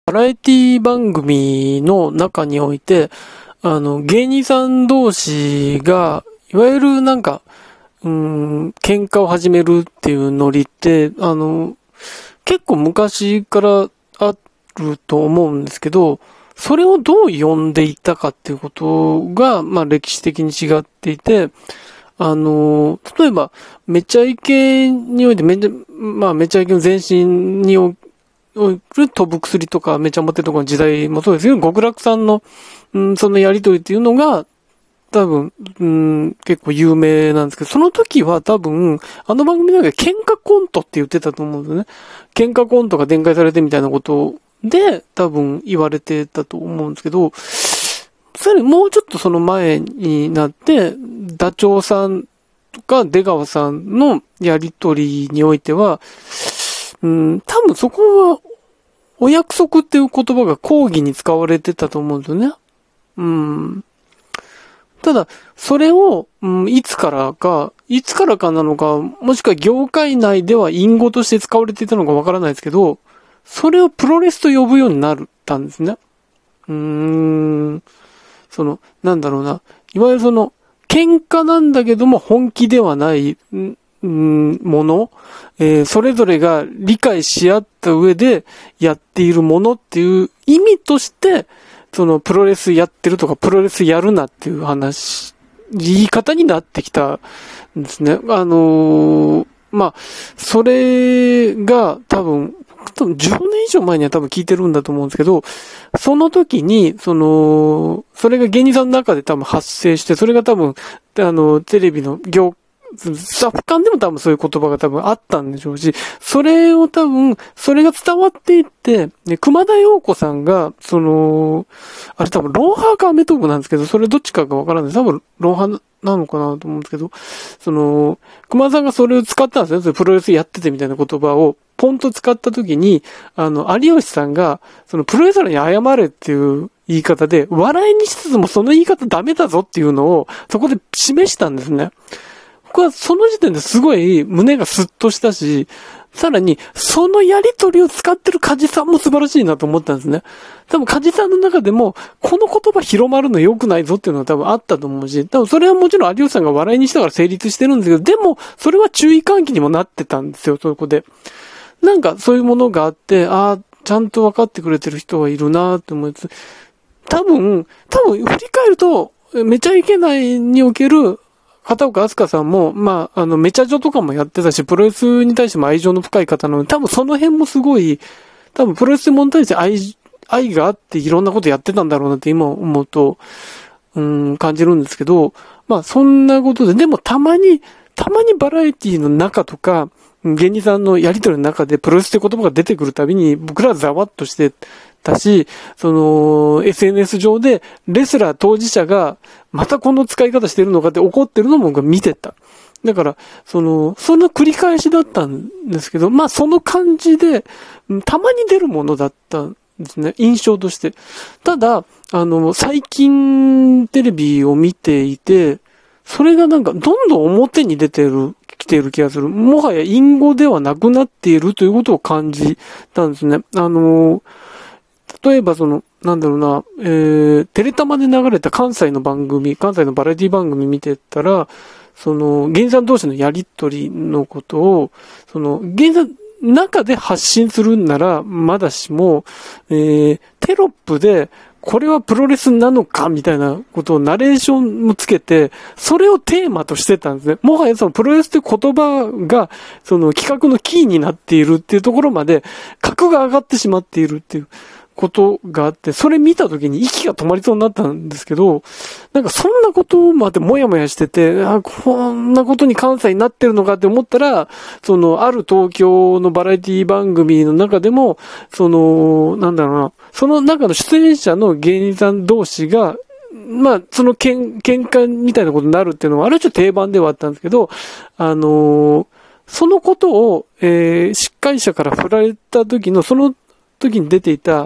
バラエティ番組の中において、芸人さん同士が、いわゆる喧嘩を始めるっていうノリって、結構昔からあると思うんですけど、それをどう呼んでいったかっていうことが、歴史的に違っていて、例えば、めちゃイケにおいて、めちゃイケの前身におる飛ぶ薬とか、めちゃモテとかの時代もそうですけど、極楽さんの、そのやりとりっていうのが、多分、結構有名なんですけど、その時は多分、あの番組の中で喧嘩コントって言ってたと思うんですよね。喧嘩コントが展開されてみたいなことで、多分言われてたと思うんですけど、さらにもうちょっとその前になって、ダチョウさんとか出川さんのやりとりにおいては、多分そこは、お約束っていう言葉が講義に使われてたと思うんですよね。ただ、それを、いつからかなのか、もしくは業界内では隠語として使われていたのかわからないですけど、それをプロレスと呼ぶようになったんですね。いわゆる喧嘩なんだけども本気ではない、もの、それぞれが理解し合った上でやっているものっていう意味として、プロレスやってるとか、プロレスやるなっていう言い方になってきたんですね。それが多分10年以上前には多分聞いてるんだと思うんですけど、その時に、それが芸人さんの中で多分発生して、それが多分、テレビのスタッフ間でも多分そういう言葉が多分あったんでしょうし、それが伝わっていって、熊田曜子さんが、あれ多分ロンハーかアメトークなんですけど、それどっちかがわからない。多分ロンハーなのかなと思うんですけど、熊田さんがそれを使ったんですよ。プロレスやっててみたいな言葉を、ポンと使った時に、有吉さんが、プロレスラーに謝れっていう言い方で、笑いにしつつもその言い方ダメだぞっていうのを、そこで示したんですね。僕はその時点ですごい胸がスッとしたし、さらにそのやりとりを使ってる梶さんも素晴らしいなと思ったんですね。多分梶さんの中でも、この言葉広まるの良くないぞっていうのが多分あったと思うし、多分それはもちろん有吉さんが笑いにしたから成立してるんですけど、でもそれは注意喚起にもなってたんですよ、そこで。そういうものがあって、ちゃんと分かってくれてる人はいるなって思いつつ、多分振り返ると、めちゃイケ内における片岡飛鳥さんも、めちゃ女とかもやってたし、プロレスに対しても愛情の深い方なので、多分その辺もすごい、多分プロレスに対して愛があっていろんなことやってたんだろうなって今思うと、感じるんですけど、そんなことで、でもたまにバラエティの中とか、芸人さんのやりとりの中でプロレスって言葉が出てくるたびに僕らはざわっとしてたし、SNS 上でレスラー当事者がまたこの使い方してるのかって怒ってるのも僕は見てた。だから、その繰り返しだったんですけど、その感じで、たまに出るものだったんですね。印象として。ただ、最近テレビを見ていて、それがどんどん表に来ている気がする。もはや隠語ではなくなっているということを感じたんですね。例えばテレタマで流れた関西のバラエティ番組見てたら、芸人さん同士のやりとりのことを、芸人さん中で発信するんなら、まだしも、テロップで、これはプロレスなのかみたいなことをナレーションもつけて、それをテーマとしてたんですね。もはやプロレスという言葉が、企画のキーになっているっていうところまで、格が上がってしまっているっていうことがあって、それ見た時に息が止まりそうになったんですけど、そんなことまでもやもやしてて、こんなことに関西になってるのかって思ったら、ある東京のバラエティ番組の中でも、その中の出演者の芸人さん同士が、喧嘩みたいなことになるっていうのは、あれはちょっと定番ではあったんですけど、そのことを、司会者から振られた時の、その時に出ていた、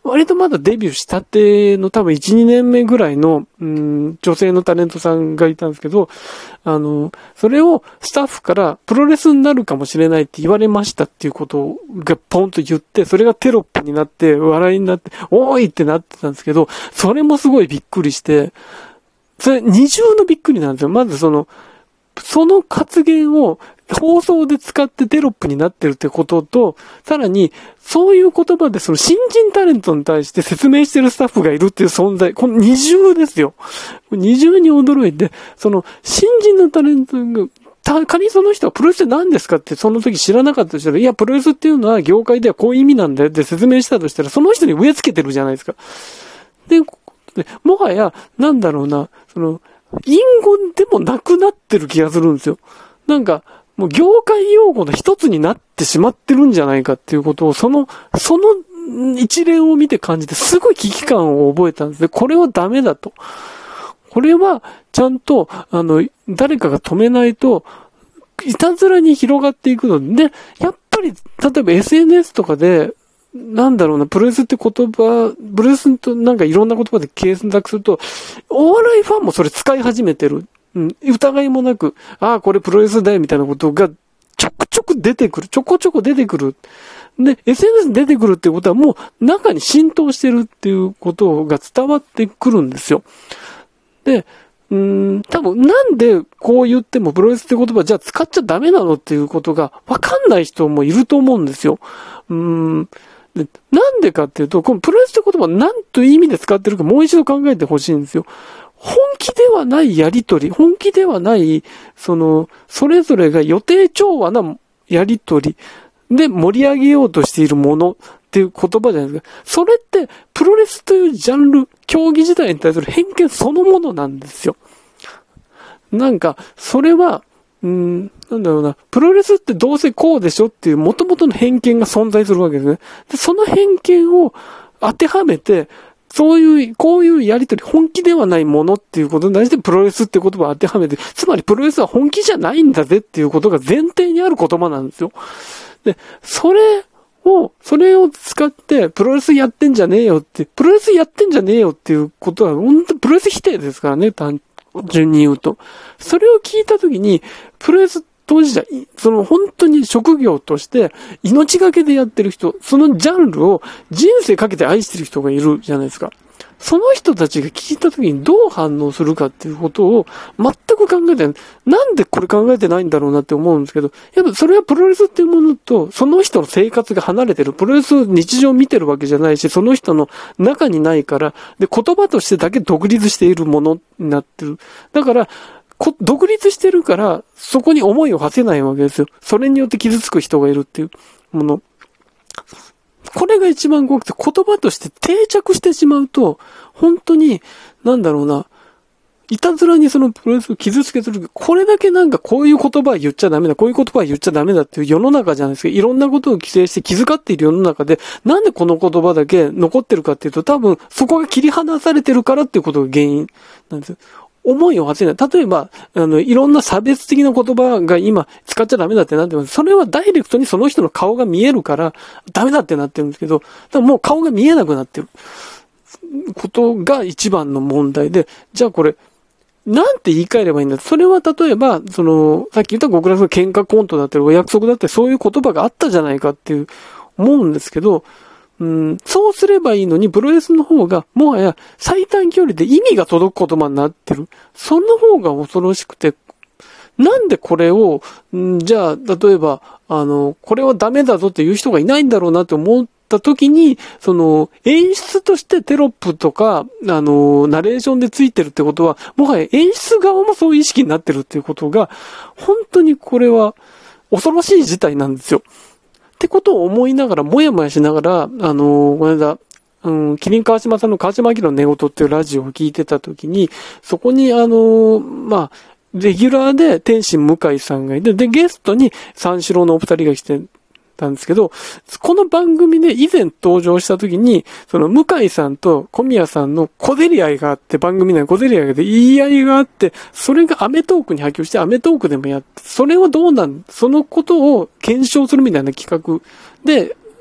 割とまだデビューしたての多分1、2年目ぐらいの、女性のタレントさんがいたんですけど、それをスタッフからプロレスになるかもしれないって言われましたっていうことがポンと言って、それがテロップになって、笑いになって、おーいってなってたんですけど、それもすごいびっくりして、それ二重のびっくりなんですよ。まずその発言を放送で使ってテロップになってるってことと、さらに、そういう言葉でその新人タレントに対して説明してるスタッフがいるっていう存在、この二重ですよ。二重に驚いて、その新人のタレントが、仮にその人はプロレスって何ですかってその時知らなかったとしたら、いや、プロレスっていうのは業界ではこういう意味なんだよって説明したとしたら、その人に植え付けてるじゃないですか。で、もはや、なんだろうな、隠語でもなくなってる気がするんですよ。なんか、もう業界用語の一つになってしまってるんじゃないかっていうことを、その一連を見て感じて、すごい危機感を覚えたんですね。これはダメだと。これは、ちゃんと、誰かが止めないと、いたずらに広がっていくので、やっぱり、例えば SNS とかで、なんだろうな、プロレスって言葉、プロレスとなんかいろんな言葉で検索すると、お笑いファンもそれ使い始めてる。疑いもなく、ああ、これプロレスだよみたいなことがちょこちょこ出てくる。で、SNS に出てくるっていうことはもう中に浸透してるっていうことが伝わってくるんですよ。で、多分なんでこう言ってもプロレスって言葉じゃあ使っちゃダメなのっていうことがわかんない人もいると思うんですよ。でなんでかっていうと、このプロレスって言葉何という意味で使ってるかもう一度考えてほしいんですよ。本気ではないやりとり、本気ではない、それぞれが予定調和なやりとりで盛り上げようとしているものっていう言葉じゃないですか。それって、プロレスというジャンル、競技自体に対する偏見そのものなんですよ。なんか、それは、なんだろうな、プロレスってどうせこうでしょっていう元々の偏見が存在するわけですね。で、その偏見を当てはめて、こういうやりとり、本気ではないものっていうことに対してプロレスって言葉を当てはめて、つまりプロレスは本気じゃないんだぜっていうことが前提にある言葉なんですよ。で、それを使って、プロレスやってんじゃねえよって、プロレスやってんじゃねえよっていうことは、本当プロレス否定ですからね、単純に言うと。それを聞いたときに、プロレス当事者、本当に職業として命がけでやってる人、そのジャンルを人生かけて愛してる人がいるじゃないですか。その人たちが聞いたときにどう反応するかっていうことを全く考えてない。なんでこれ考えてないんだろうなって思うんですけど、やっぱそれはプロレスっていうものと、その人の生活が離れてる。プロレスを日常見てるわけじゃないし、その人の中にないから、で、言葉としてだけ独立しているものになってる。だから、独立してるから、そこに思いを馳せないわけですよ。それによって傷つく人がいるっていうもの。これが一番怖くて、言葉として定着してしまうと、本当に、なんだろうな、いたずらにそのプロレスを傷つけてる。これだけなんかこういう言葉は言っちゃダメだ、こういう言葉は言っちゃダメだっていう世の中じゃないですか。いろんなことを規制して気遣っている世の中で、なんでこの言葉だけ残ってるかっていうと、多分そこが切り離されてるからっていうことが原因なんですよ。思いを馳せない。例えば、いろんな差別的な言葉が今使っちゃダメだってなってます。それはダイレクトにその人の顔が見えるから、ダメだってなってるんですけど、もう顔が見えなくなってることが一番の問題で、じゃあこれ、なんて言い換えればいいんだ。それは例えば、さっき言った極楽の喧嘩コントだったり、お約束だったり、そういう言葉があったじゃないかっていう、思うんですけど、そうすればいいのに、プロレスの方が、もはや最短距離で意味が届く言葉になってる。その方が恐ろしくて、なんでこれを、じゃあ、例えば、これはダメだぞっていう人がいないんだろうなって思った時に、演出としてテロップとか、ナレーションでついてるってことは、もはや演出側もそういう意識になってるっていうことが、本当にこれは恐ろしい事態なんですよ。ってことを思いながら、もやもやしながら、この間、キリン川島さんの川島明の寝言っていうラジオを聞いてたときに、そこにレギュラーで天心向井さんがいて、で、ゲストに三四郎のお二人が来てたんですけど、この番組で以前登場したときに、向井さんと小宮さんの小競り合いがあって、番組内小競り合いで言い合いがあって、それがアメトークに波及して、アメトークでもやって、それをそのことを検証するみたいな企画で、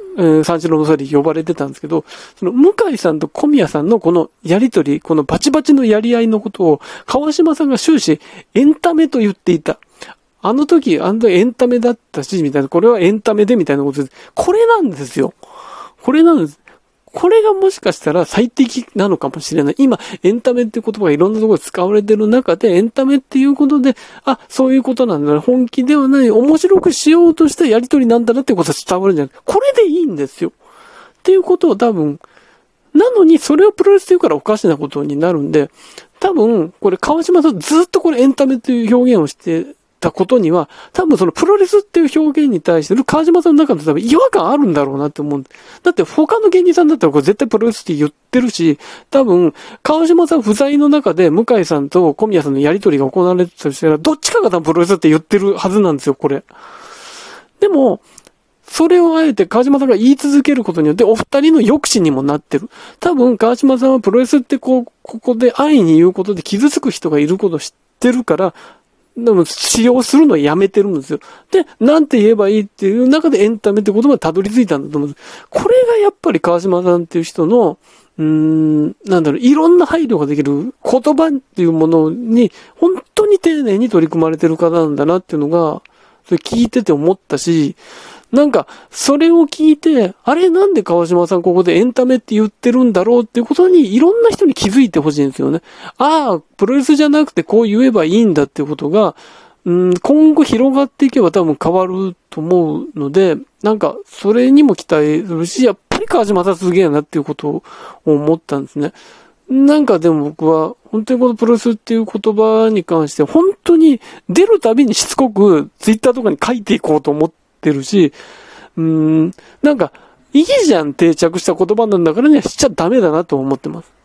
三四郎の際で呼ばれてたんですけど、その向井さんと小宮さんのこのやりとり、このバチバチのやり合いのことを川島さんが終始エンタメと言っていた。あの時エンタメだったし、みたいな、これはエンタメでみたいなことです。これなんですよ。これなんです。これがもしかしたら最適なのかもしれない。今、エンタメっていう言葉がいろんなところで使われてる中で、エンタメっていうことで、あ、そういうことなんだな。本気ではない、面白くしようとしたやりとりなんだなっていうことが伝わるんじゃない。これでいいんですよ。っていうことを多分、なのにそれをプロレスっていうからおかしなことになるんで、多分、これ川島さんずっとこれエンタメという表現をしてたことには、多分そのプロレスっていう表現に対してる川島さんの中で多分違和感あるんだろうなって思う。だって他の芸人さんだったらこれ絶対プロレスって言ってるし、多分川島さん不在の中で向井さんと小宮さんのやりとりが行われてたとしたら、どっちかが多分プロレスって言ってるはずなんですよ、これ。でも、それをあえて川島さんが言い続けることによってお二人の抑止にもなってる。多分川島さんはプロレスってここで安易に言うことで傷つく人がいることを知ってるから、でも使用するのをやめてるんですよ。で、なんて言えばいいっていう中でエンタメって言葉にたどり着いたんだと思うんです。これがやっぱり川島さんっていう人の、いろんな配慮ができる言葉っていうものに、本当に丁寧に取り組まれてる方なんだなっていうのが、それ聞いてて思ったし、なんか、それを聞いて、あれなんで川島さんここでエンタメって言ってるんだろうっていうことにいろんな人に気づいてほしいんですよね。ああ、プロレスじゃなくてこう言えばいいんだっていうことが、今後広がっていけば多分変わると思うので、なんか、それにも期待するし、やっぱり川島さんすげえなっていうことを思ったんですね。なんかでも僕は、本当にこのプロレスっていう言葉に関して、本当に出るたびにしつこくツイッターとかに書いていこうと思ってるし、なんか、いいじゃん定着した言葉なんだからね、しちゃダメだなと思ってます。